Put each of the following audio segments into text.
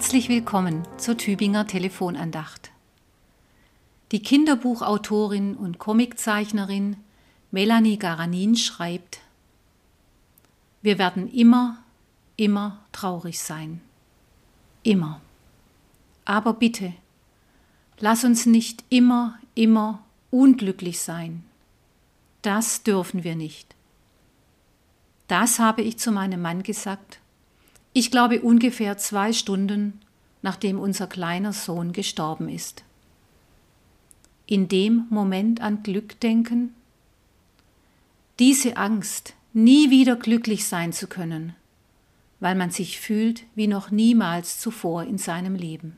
Herzlich willkommen zur Tübinger Telefonandacht. Die Kinderbuchautorin und Comiczeichnerin Melanie Garanin schreibt: Wir werden immer traurig sein. Immer. Aber bitte, lass uns nicht immer unglücklich sein. Das dürfen wir nicht. Das habe ich zu meinem Mann gesagt. Ich glaube ungefähr 2 Stunden, nachdem unser kleiner Sohn gestorben ist. In dem Moment an Glück denken? Diese Angst, nie wieder glücklich sein zu können, weil man sich fühlt wie noch niemals zuvor in seinem Leben.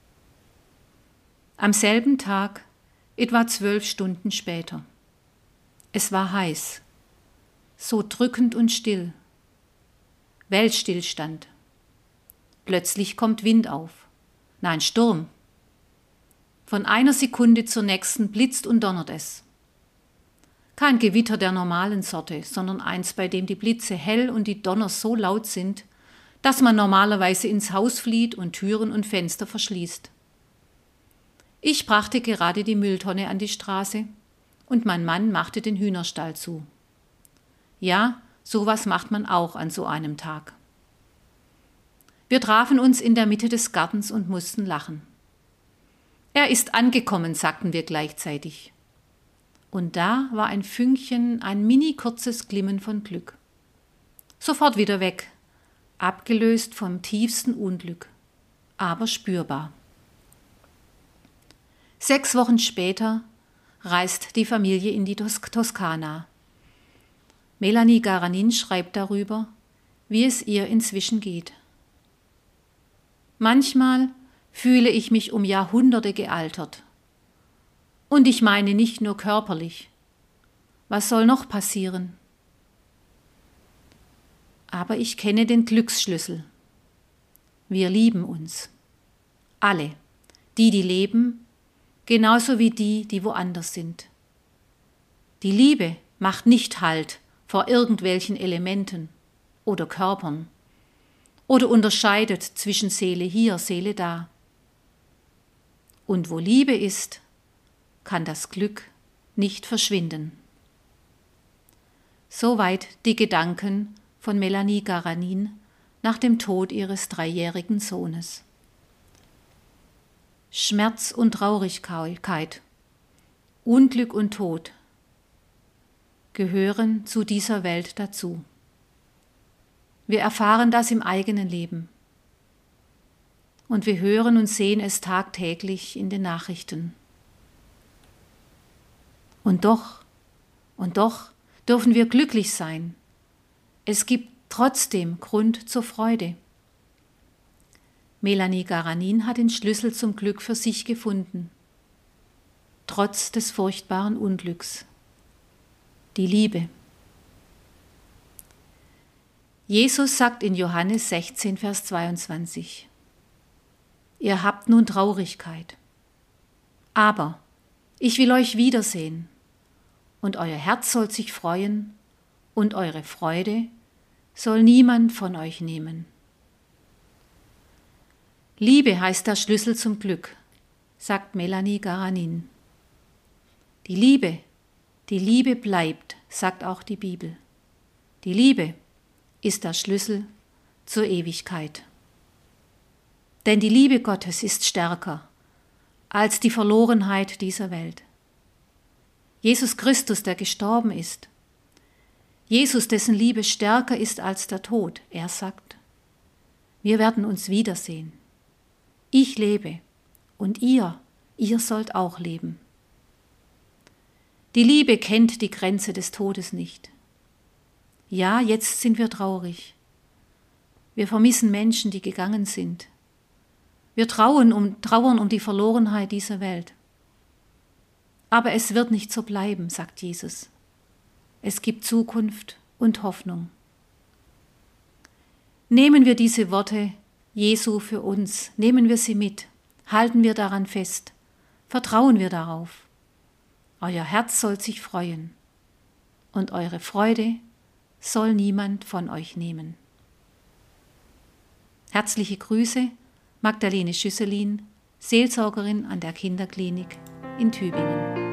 Am selben Tag, etwa 12 Stunden später. Es war heiß, so drückend und still. Weltstillstand. Plötzlich kommt Wind auf. Nein, Sturm. Von einer Sekunde zur nächsten blitzt und donnert es. Kein Gewitter der normalen Sorte, sondern eins, bei dem die Blitze hell und die Donner so laut sind, dass man normalerweise ins Haus flieht und Türen und Fenster verschließt. Ich brachte gerade die Mülltonne an die Straße und mein Mann machte den Hühnerstall zu. Ja, sowas macht man auch an so einem Tag. Wir trafen uns in der Mitte des Gartens und mussten lachen. Er ist angekommen, sagten wir gleichzeitig. Und da war ein Fünkchen, ein mini-kurzes Glimmen von Glück. Sofort wieder weg, abgelöst vom tiefsten Unglück, aber spürbar. 6 Wochen später reist die Familie in die Toskana. Melanie Garanin schreibt darüber, wie es ihr inzwischen geht. Manchmal fühle ich mich um Jahrhunderte gealtert. Und ich meine nicht nur körperlich. Was soll noch passieren? Aber ich kenne den Glücksschlüssel. Wir lieben uns. Alle, die leben, genauso wie die woanders sind. Die Liebe macht nicht Halt vor irgendwelchen Elementen oder Körpern oder unterscheidet zwischen Seele hier, Seele da. Und wo Liebe ist, kann das Glück nicht verschwinden. Soweit die Gedanken von Melanie Garanin nach dem Tod ihres 3-jährigen Sohnes. Schmerz und Traurigkeit, Unglück und Tod gehören zu dieser Welt dazu. Wir erfahren das im eigenen Leben. Und wir hören und sehen es tagtäglich in den Nachrichten. Und doch dürfen wir glücklich sein. Es gibt trotzdem Grund zur Freude. Melanie Garanin hat den Schlüssel zum Glück für sich gefunden. Trotz des furchtbaren Unglücks. Die Liebe. Jesus sagt in Johannes 16, Vers 22: Ihr habt nun Traurigkeit, aber ich will euch wiedersehen, und euer Herz soll sich freuen, und eure Freude soll niemand von euch nehmen. Liebe heißt der Schlüssel zum Glück, sagt Melanie Garanin. Die Liebe bleibt, sagt auch die Bibel. Die Liebe ist der Schlüssel zur Ewigkeit. Denn die Liebe Gottes ist stärker als die Verlorenheit dieser Welt. Jesus Christus, der gestorben ist, Jesus, dessen Liebe stärker ist als der Tod, er sagt: Wir werden uns wiedersehen. Ich lebe und ihr sollt auch leben. Die Liebe kennt die Grenze des Todes nicht. Ja, jetzt sind wir traurig. Wir vermissen Menschen, die gegangen sind. Wir trauern um die Verlorenheit dieser Welt. Aber es wird nicht so bleiben, sagt Jesus. Es gibt Zukunft und Hoffnung. Nehmen wir diese Worte Jesu für uns, nehmen wir sie mit, halten wir daran fest, vertrauen wir darauf. Euer Herz soll sich freuen und eure Freude soll niemand von euch nehmen. Herzliche Grüße, Magdalene Schüsselin, Seelsorgerin an der Kinderklinik in Tübingen.